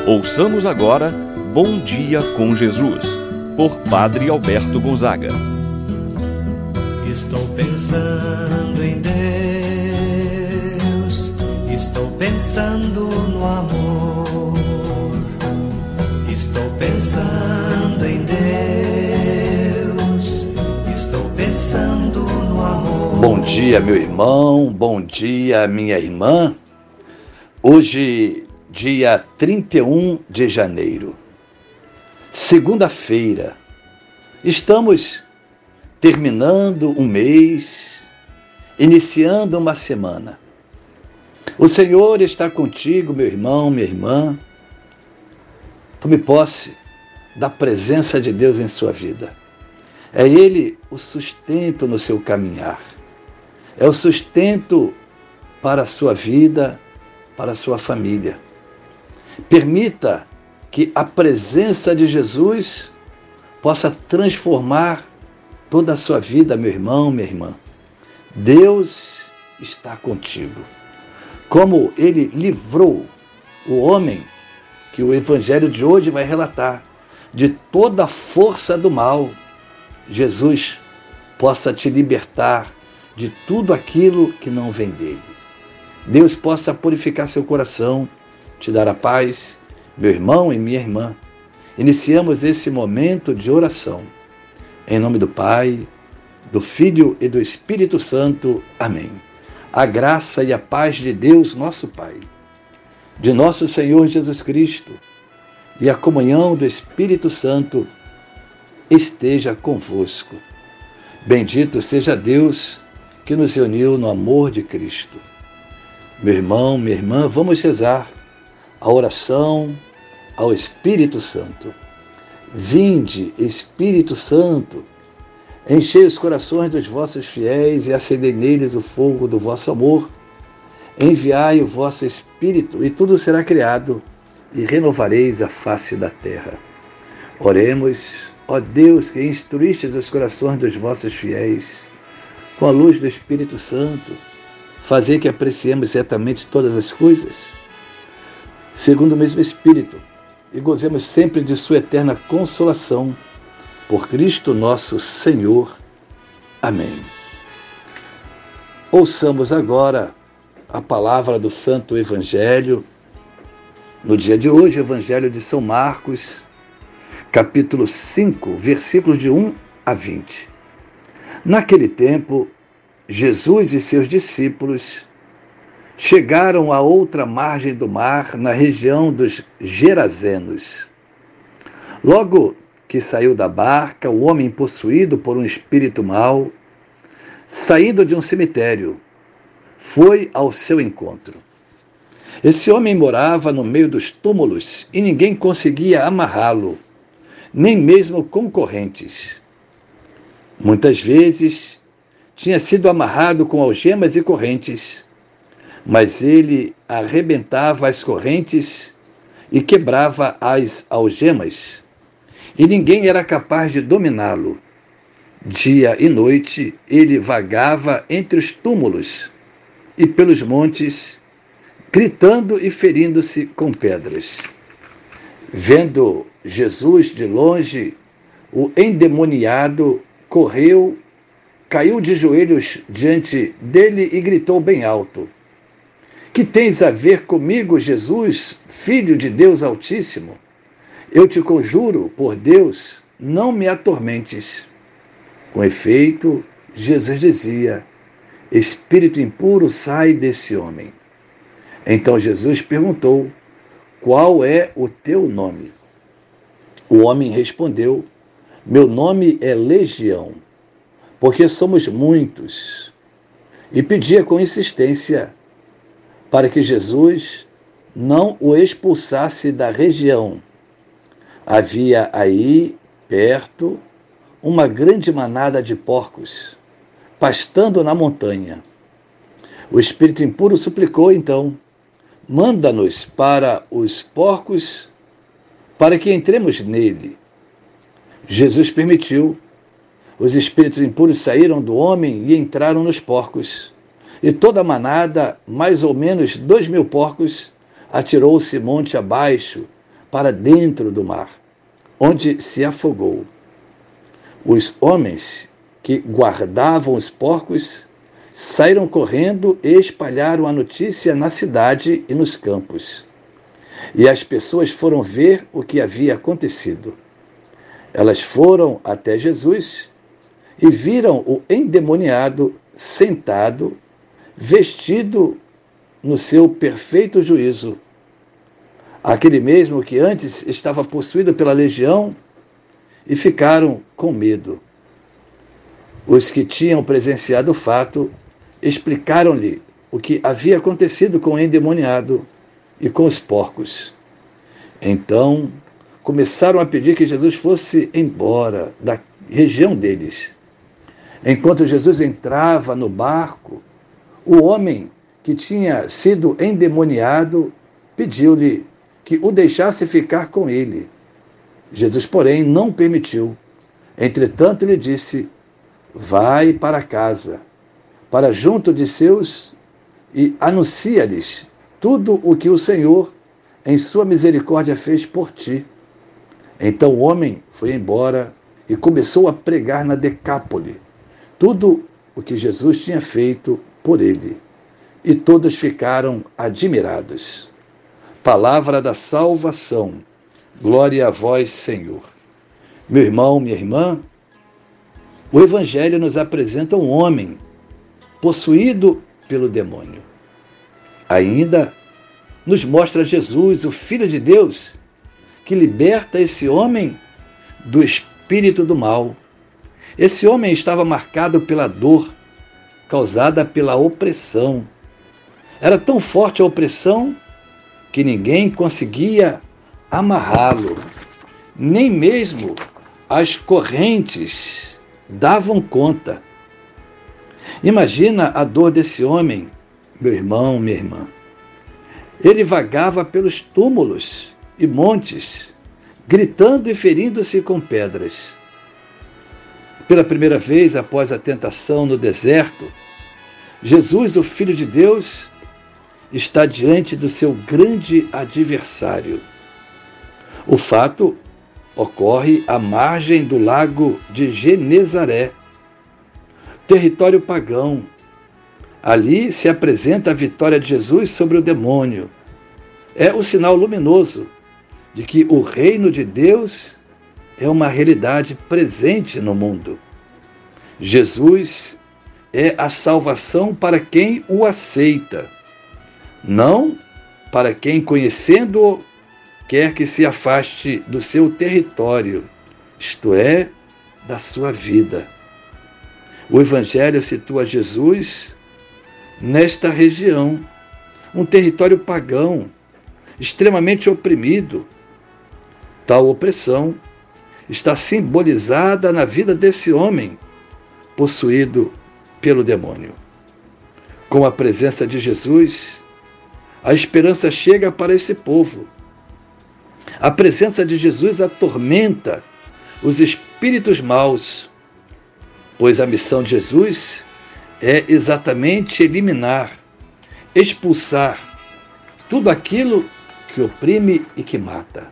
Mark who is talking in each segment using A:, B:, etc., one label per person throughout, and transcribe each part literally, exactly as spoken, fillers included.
A: Ouçamos agora Bom Dia com Jesus, por Padre Alberto Gonzaga.
B: Estou pensando em Deus, estou pensando no amor, estou pensando em Deus, estou pensando no amor.
C: Bom dia, meu irmão, bom dia, minha irmã. Hoje, dia trinta e um de janeiro, segunda-feira, estamos terminando um mês, iniciando uma semana. O Senhor está contigo, meu irmão, minha irmã. Tome posse da presença de Deus em sua vida. É Ele o sustento no seu caminhar. É o sustento para a sua vida, para a sua família. Permita que a presença de Jesus possa transformar toda a sua vida, meu irmão, minha irmã. Deus está contigo. Como Ele livrou o homem, que o Evangelho de hoje vai relatar, de toda a força do mal, Jesus possa te libertar de tudo aquilo que não vem dele. Deus possa purificar seu coração, te dar a paz, meu irmão e minha irmã. Iniciamos esse momento de oração. Em nome do Pai, do Filho e do Espírito Santo. Amém. A graça e a paz de Deus, nosso Pai, de nosso Senhor Jesus Cristo e a comunhão do Espírito Santo esteja convosco. Bendito seja Deus que nos uniu no amor de Cristo. Meu irmão, minha irmã, vamos rezar a oração ao Espírito Santo. Vinde, Espírito Santo, enchei os corações dos vossos fiéis e acendei neles o fogo do vosso amor. Enviai o vosso Espírito e tudo será criado e renovareis a face da terra. Oremos, ó Deus, que instruístes os corações dos vossos fiéis com a luz do Espírito Santo, fazei que apreciemos retamente todas as coisas, segundo o mesmo Espírito, e gozemos sempre de sua eterna consolação, por Cristo nosso Senhor. Amém. Ouçamos agora a palavra do Santo Evangelho, no dia de hoje, o Evangelho de São Marcos, capítulo cinco, versículos de um a vinte. Naquele tempo, Jesus e seus discípulos chegaram à outra margem do mar, na região dos Gerazenos. Logo que saiu da barca, o homem possuído por um espírito mau, saindo de um cemitério, foi ao seu encontro. Esse homem morava no meio dos túmulos e ninguém conseguia amarrá-lo, nem mesmo concorrentes. Muitas vezes tinha sido amarrado com algemas e correntes, mas ele arrebentava as correntes e quebrava as algemas, e ninguém era capaz de dominá-lo. Dia e noite ele vagava entre os túmulos e pelos montes, gritando e ferindo-se com pedras. Vendo Jesus de longe, o endemoniado correu, caiu de joelhos diante dele e gritou bem alto: Que tens a ver comigo, Jesus, Filho de Deus Altíssimo? Eu te conjuro, por Deus, não me atormentes. Com efeito, Jesus dizia: Espírito impuro, sai desse homem. Então Jesus perguntou: Qual é o teu nome? O homem respondeu: Meu nome é Legião, porque somos muitos. E pedia com insistência para que Jesus não o expulsasse da região. Havia aí, perto, uma grande manada de porcos, pastando na montanha. O espírito impuro suplicou então: Manda-nos para os porcos, para que entremos nele. Jesus permitiu. Os espíritos impuros saíram do homem e entraram nos porcos. E toda a manada, mais ou menos dois mil porcos, atirou-se monte abaixo, para dentro do mar, onde se afogou. Os homens que guardavam os porcos saíram correndo e espalharam a notícia na cidade e nos campos. E as pessoas foram ver o que havia acontecido. Elas foram até Jesus e viram o endemoniado sentado, vestido no seu perfeito juízo. Aquele mesmo que antes estava possuído pela legião, e ficaram com medo. Os que tinham presenciado o fato explicaram-lhe o que havia acontecido com o endemoniado e com os porcos. Então, começaram a pedir que Jesus fosse embora da região deles. Enquanto Jesus entrava no barco, o homem que tinha sido endemoniado pediu-lhe que o deixasse ficar com ele. Jesus, porém, não permitiu. Entretanto, lhe disse: vai para casa, para junto de seus, e anuncia-lhes tudo o que o Senhor, em sua misericórdia, fez por ti. Então o homem foi embora e começou a pregar na Decápole tudo o que Jesus tinha feito por ele. E todos ficaram admirados. Palavra da salvação. Glória a vós, Senhor. Meu irmão, minha irmã, o Evangelho nos apresenta um homem possuído pelo demônio. Ainda nos mostra Jesus, o Filho de Deus, que liberta esse homem do espírito do mal. Esse homem estava marcado pela dor causada pela opressão. Era tão forte a opressão que ninguém conseguia amarrá-lo. Nem mesmo as correntes davam conta. Imagina a dor desse homem, meu irmão, minha irmã. Ele vagava pelos túmulos e montes, gritando e ferindo-se com pedras. Pela primeira vez após a tentação no deserto, Jesus, o Filho de Deus, está diante do seu grande adversário. O fato ocorre à margem do lago de Genezaré, território pagão. Ali se apresenta a vitória de Jesus sobre o demônio. É o sinal luminoso de que o reino de Deus é uma realidade presente no mundo. Jesus é a salvação para quem o aceita, não para quem, conhecendo-o, quer que se afaste do seu território, isto é, da sua vida. O Evangelho situa Jesus nesta região, um território pagão, extremamente oprimido. Tal opressão está simbolizada na vida desse homem, possuído pelo demônio. Com a presença de Jesus, a esperança chega para esse povo. A presença de Jesus atormenta os espíritos maus, pois a missão de Jesus é exatamente eliminar, expulsar tudo aquilo que oprime e que mata.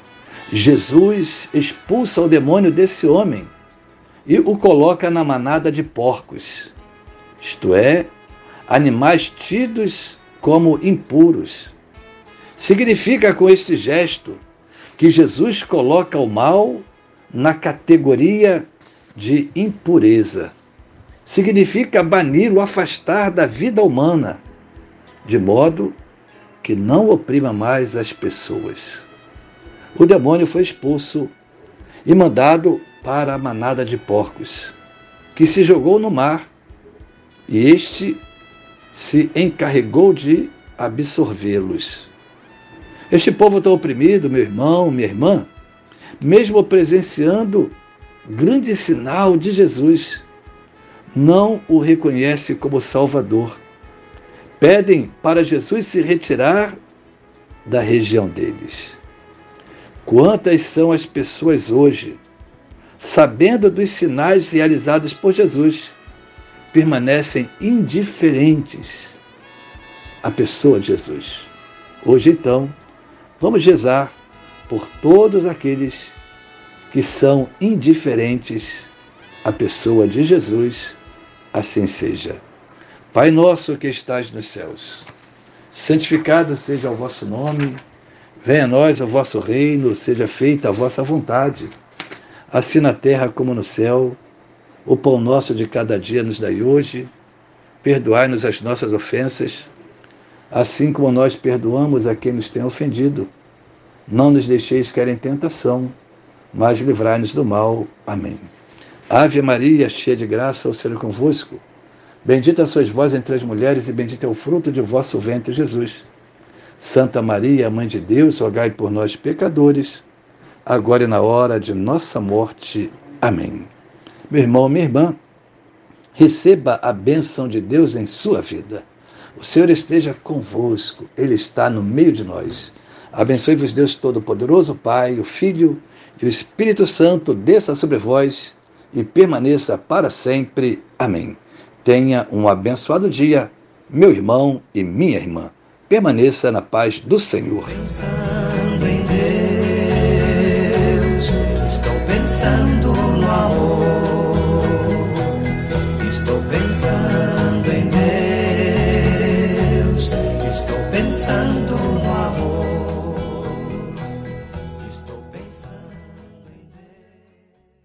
C: Jesus expulsa o demônio desse homem e o coloca na manada de porcos, isto é, animais tidos como impuros. Significa com este gesto que Jesus coloca o mal na categoria de impureza. Significa banir-o, afastar da vida humana, de modo que não oprima mais as pessoas. O demônio foi expulso e mandado para a manada de porcos, que se jogou no mar, e este se encarregou de absorvê-los. Este povo tão oprimido, meu irmão, minha irmã, mesmo presenciando grande sinal de Jesus, não o reconhece como Salvador. Pedem para Jesus se retirar da região deles. Quantas são as pessoas hoje, sabendo dos sinais realizados por Jesus, permanecem indiferentes à pessoa de Jesus? Hoje, então, vamos rezar por todos aqueles que são indiferentes à pessoa de Jesus, assim seja. Pai nosso que estás nos céus, santificado seja o vosso nome, venha a nós o vosso reino, seja feita a vossa vontade, assim na terra como no céu. O pão nosso de cada dia nos dai hoje, perdoai-nos as nossas ofensas, assim como nós perdoamos a quem nos tem ofendido. Não nos deixeis cair em tentação, mas livrai-nos do mal. Amém. Ave Maria, cheia de graça, o Senhor é convosco. Bendita sois vós entre as mulheres, e bendito é o fruto de vosso ventre, Jesus. Santa Maria, Mãe de Deus, rogai por nós, pecadores, agora e na hora de nossa morte. Amém. Meu irmão, minha irmã, receba a bênção de Deus em sua vida. O Senhor esteja convosco, Ele está no meio de nós. Abençoe-vos Deus Todo-Poderoso, Pai, o Filho e o Espírito Santo, desça sobre vós e permaneça para sempre. Amém. Tenha um abençoado dia, meu irmão e minha irmã. Permaneça na paz do Senhor.
B: Pensando em Deus, estou pensando